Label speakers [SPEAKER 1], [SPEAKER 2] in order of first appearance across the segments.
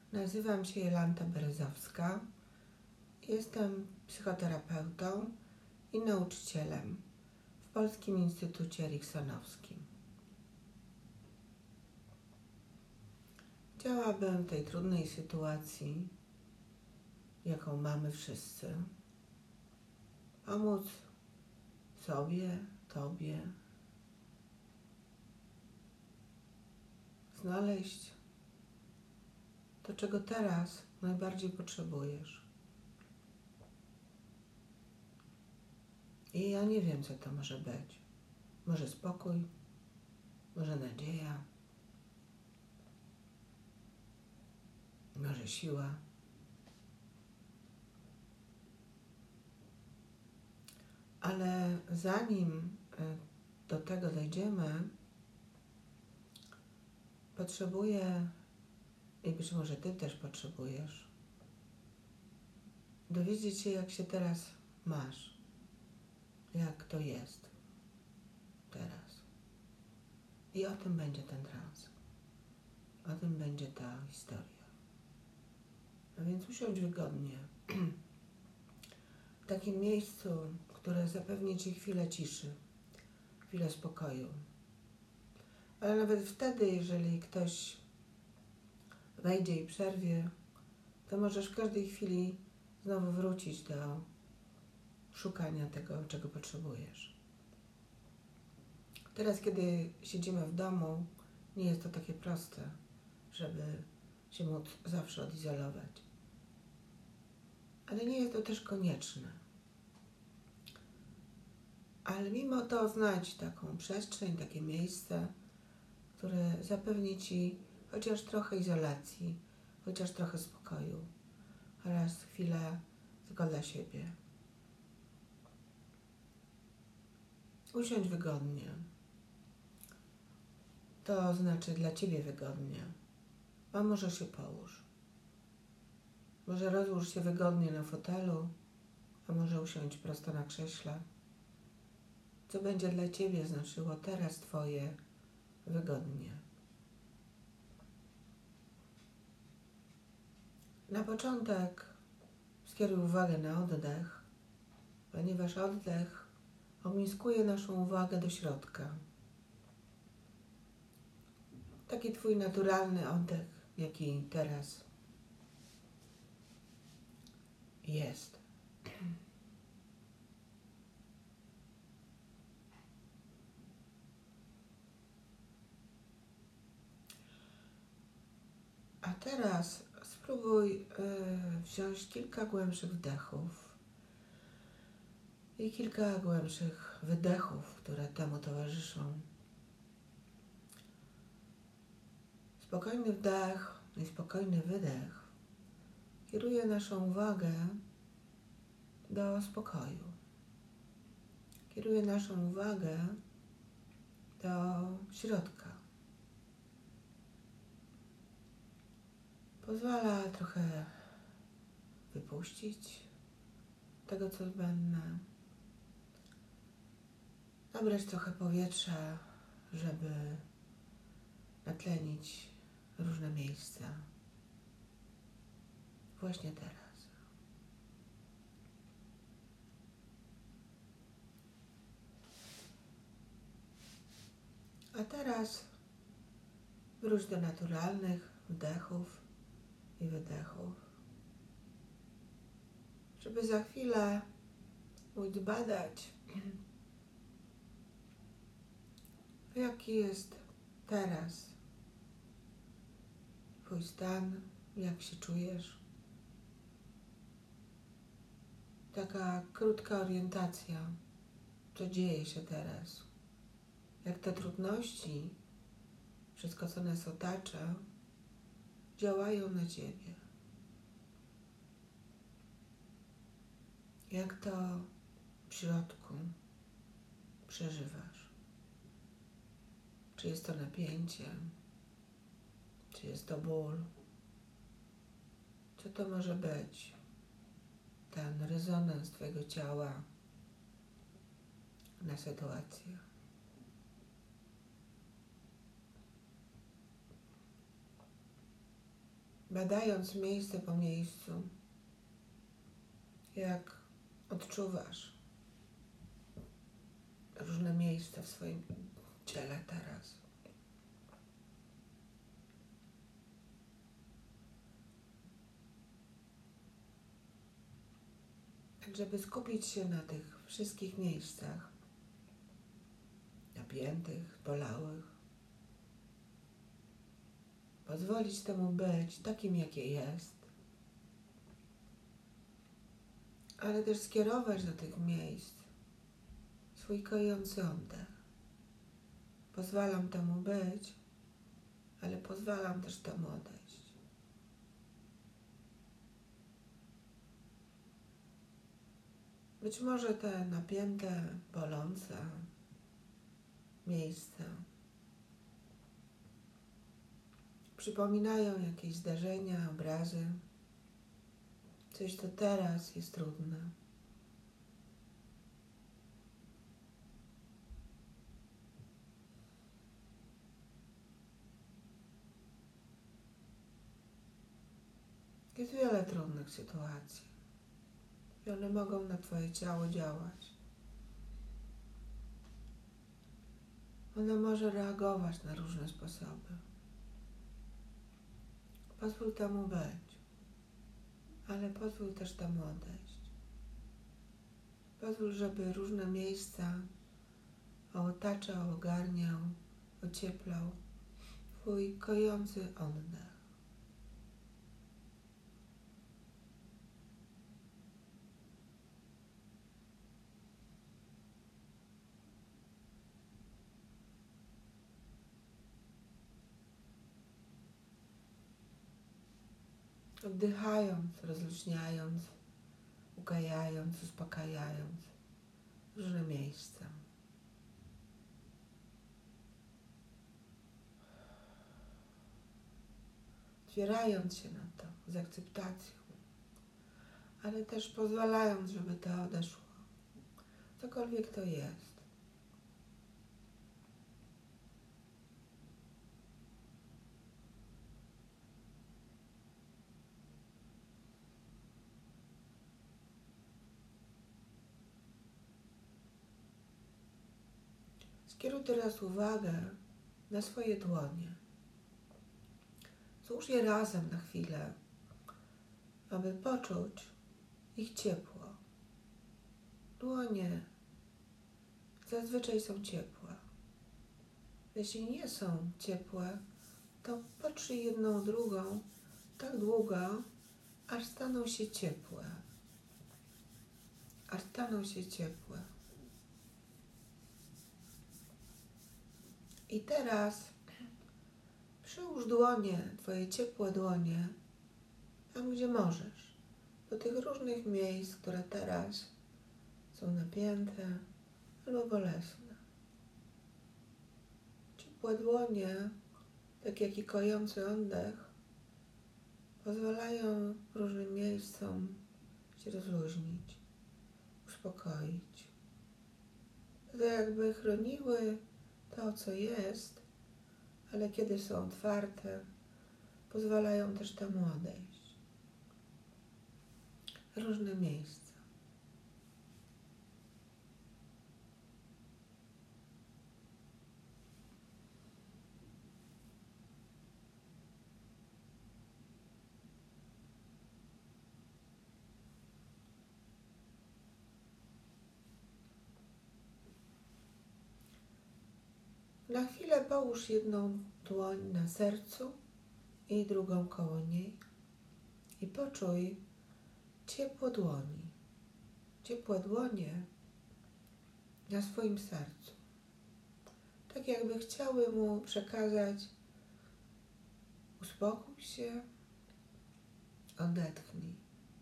[SPEAKER 1] Nazywam się Jolanta Berezowska. Jestem psychoterapeutą i nauczycielem w Polskim Instytucie Eriksonowskim. Chciałabym w tej trudnej sytuacji, jaką mamy wszyscy, pomóc sobie, Tobie, znaleźć to, czego teraz najbardziej potrzebujesz. I ja nie wiem, co to może być. Może spokój, może nadzieja, może siła. Ale zanim do tego dojdziemy, potrzebuję, i być może Ty też potrzebujesz, dowiedzieć się, jak się teraz masz, jak to jest teraz. I o tym będzie ten trans. O tym będzie ta historia. A więc usiądź wygodnie w takim miejscu, które zapewni Ci chwilę ciszy, chwilę spokoju. Ale nawet wtedy, jeżeli ktoś wejdzie i przerwie, to możesz w każdej chwili znowu wrócić do szukania tego, czego potrzebujesz. Teraz, kiedy siedzimy w domu, nie jest to takie proste, żeby się móc zawsze odizolować. Ale nie jest to też konieczne. Ale mimo to znajdź taką przestrzeń, takie miejsce, które zapewni Ci chociaż trochę izolacji, chociaż trochę spokoju oraz chwilę tylko dla siebie. Usiądź wygodnie. To znaczy dla Ciebie wygodnie. A może się połóż. Może rozłóż się wygodnie na fotelu, a może usiądź prosto na krześle. Co będzie dla Ciebie znaczyło teraz Twoje wygodnie. Na początek skieruj uwagę na oddech, ponieważ oddech omiskuje naszą uwagę do środka. Taki Twój naturalny oddech, jaki teraz jest. A teraz spróbuj wziąć kilka głębszych wdechów i kilka głębszych wydechów, które temu towarzyszą. Spokojny wdech i spokojny wydech kieruje naszą uwagę do spokoju. Kieruje naszą uwagę do środka. Pozwala trochę wypuścić tego, co zbędne. Nabrać trochę powietrza, żeby natlenić różne miejsca. Właśnie teraz. A teraz wróć do naturalnych wdechów i wydechów, żeby za chwilę móc badać, jaki jest teraz Twój stan, jak się czujesz. Taka krótka orientacja, co dzieje się teraz. Jak te trudności, wszystko co nas otacza, działają na Ciebie. Jak to w środku przeżywasz? Czy jest to napięcie? Czy jest to ból? Co to może być? Ten rezonans Twojego ciała na sytuację. badając miejsce po miejscu, jak odczuwasz różne miejsca w swoim ciele teraz. Tak, żeby skupić się na tych wszystkich miejscach napiętych, bolałych, pozwolić temu być takim, jakie jest, ale też skierować do tych miejsc swój kojący oddech. Pozwalam temu być, ale pozwalam też temu odejść. Być może te napięte, bolące miejsca przypominają jakieś zdarzenia, obrazy, coś, co teraz jest trudne. Jest wiele trudnych sytuacji i one mogą na Twoje ciało działać. Ono może reagować na różne sposoby. Pozwól temu być, ale pozwól też temu odejść. Pozwól, żeby różne miejsca otaczał, ogarniał, ocieplał Twój kojący oddech. Oddychając, rozluźniając, ukajając, uspokajając różne miejsca. Otwierając się na to z akceptacją, ale też pozwalając, żeby to odeszło. Cokolwiek to jest. Skieruj teraz uwagę na swoje dłonie. Złóż je razem na chwilę, aby poczuć ich ciepło. Dłonie zazwyczaj są ciepłe. Jeśli nie są ciepłe, to potrzyj jedną drugą tak długo, aż staną się ciepłe. Aż staną się ciepłe. I teraz przyłóż dłonie, Twoje ciepłe dłonie, tam gdzie możesz, do tych różnych miejsc, które teraz są napięte albo bolesne. Ciepłe dłonie, tak jak i kojący oddech, pozwalają różnym miejscom się rozluźnić, uspokoić. To jakby chroniły to, co jest, ale kiedy są otwarte, pozwalają też temu odejść. Różne miejsca. Na chwilę połóż jedną dłoń na sercu i drugą koło niej i poczuj ciepło dłoni. Ciepłe dłonie na swoim sercu. Tak jakby chciały mu przekazać: uspokój się, odetchnij.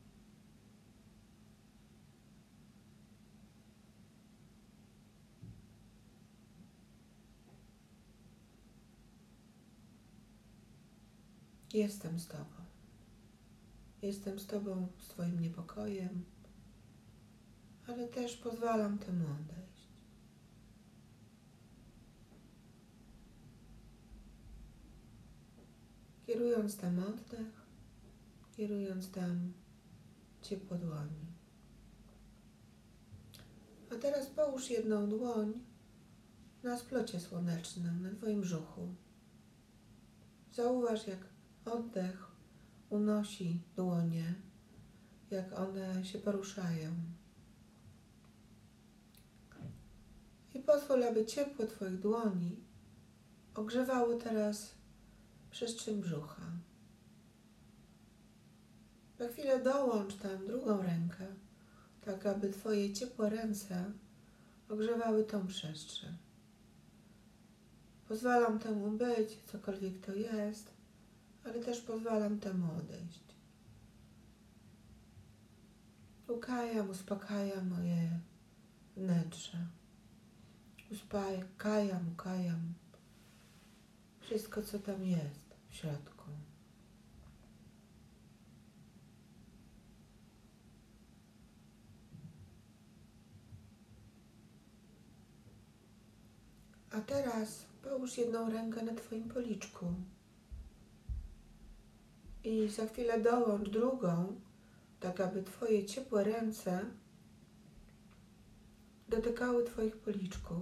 [SPEAKER 1] Jestem z Tobą. Jestem z Tobą, z Twoim niepokojem, ale też pozwalam temu odejść. Kierując tam oddech, kierując tam ciepło dłoni. A teraz połóż jedną dłoń na splocie słonecznym, na Twoim brzuchu. Zauważ, jak oddech unosi dłonie, jak one się poruszają. I pozwól, aby ciepło Twoich dłoni ogrzewało teraz przestrzeń brzucha. Na chwilę dołącz tam drugą rękę, tak aby Twoje ciepłe ręce ogrzewały tą przestrzeń. Pozwalam temu być, cokolwiek to jest, ale też pozwalam temu odejść. Ukajam, uspokajam moje wnętrze. Ukajam wszystko, co tam jest w środku. A teraz połóż jedną rękę na Twoim policzku i za chwilę dołącz drugą, tak aby Twoje ciepłe ręce dotykały Twoich policzków.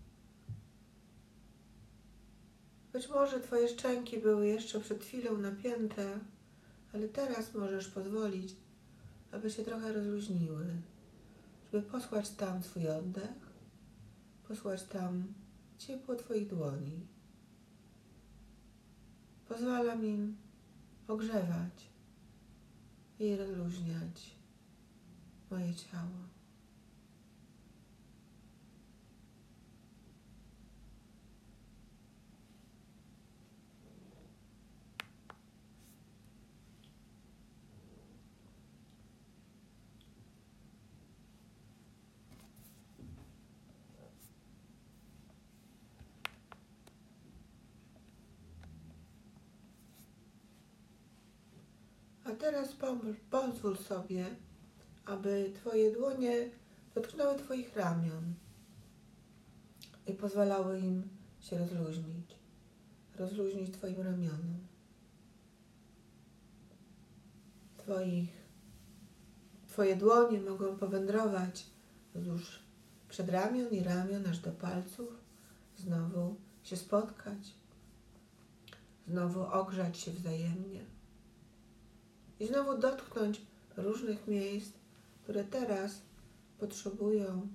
[SPEAKER 1] Być może Twoje szczęki były jeszcze przed chwilą napięte, ale teraz możesz pozwolić, aby się trochę rozluźniły, żeby posłać tam swój oddech, posłać tam ciepło Twoich dłoni. Pozwalam im ogrzewać i rozluźniać moje ciało. A teraz pozwól sobie, aby Twoje dłonie dotknęły Twoich ramion i pozwalały im się rozluźnić Twoim ramionom. Twoje dłonie mogą powędrować wzdłuż przedramion i ramion aż do palców, znowu się spotkać, znowu ogrzać się wzajemnie i znowu dotknąć różnych miejsc, które teraz potrzebują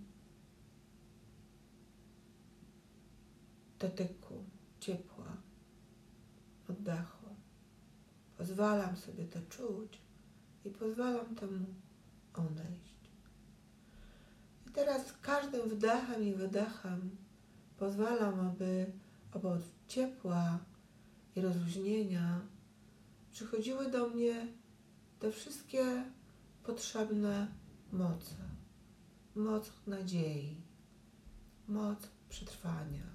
[SPEAKER 1] dotyku, ciepła, oddechu. Pozwalam sobie to czuć i pozwalam temu odejść. I teraz każdym wdechem i wydechem pozwalam, aby obok ciepła i rozluźnienia przychodziły do mnie te wszystkie potrzebne moce. Moc nadziei, moc przetrwania,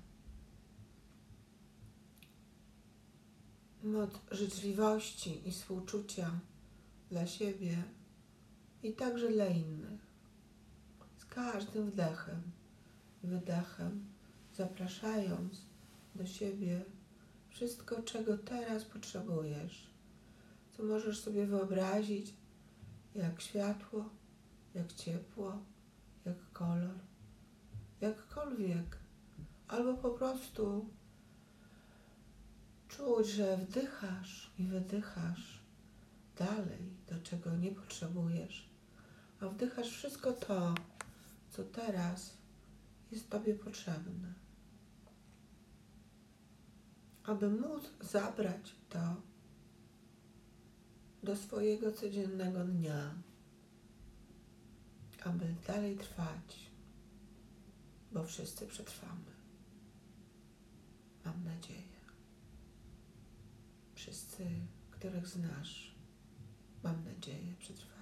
[SPEAKER 1] moc życzliwości i współczucia dla siebie i także dla innych. Z każdym wdechem i wydechem zapraszając do siebie wszystko, czego teraz potrzebujesz, co możesz sobie wyobrazić, jak światło, jak ciepło, jak kolor, jakkolwiek, albo po prostu czuć, że wdychasz i wydychasz dalej to, czego nie potrzebujesz, a wdychasz wszystko to, co teraz jest Tobie potrzebne. Aby móc zabrać to do swojego codziennego dnia, aby dalej trwać, bo wszyscy przetrwamy. Mam nadzieję. Wszyscy, których znasz, mam nadzieję, przetrwają.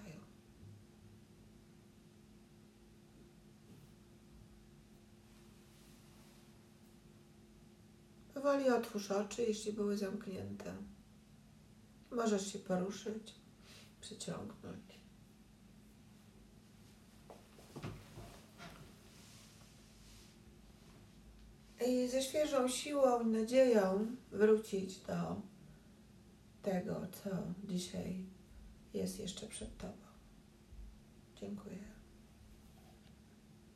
[SPEAKER 1] Powoli otwórz oczy, jeśli były zamknięte. Możesz się poruszyć, przyciągnąć. I ze świeżą siłą i nadzieją wrócić do tego, co dzisiaj jest jeszcze przed Tobą. Dziękuję.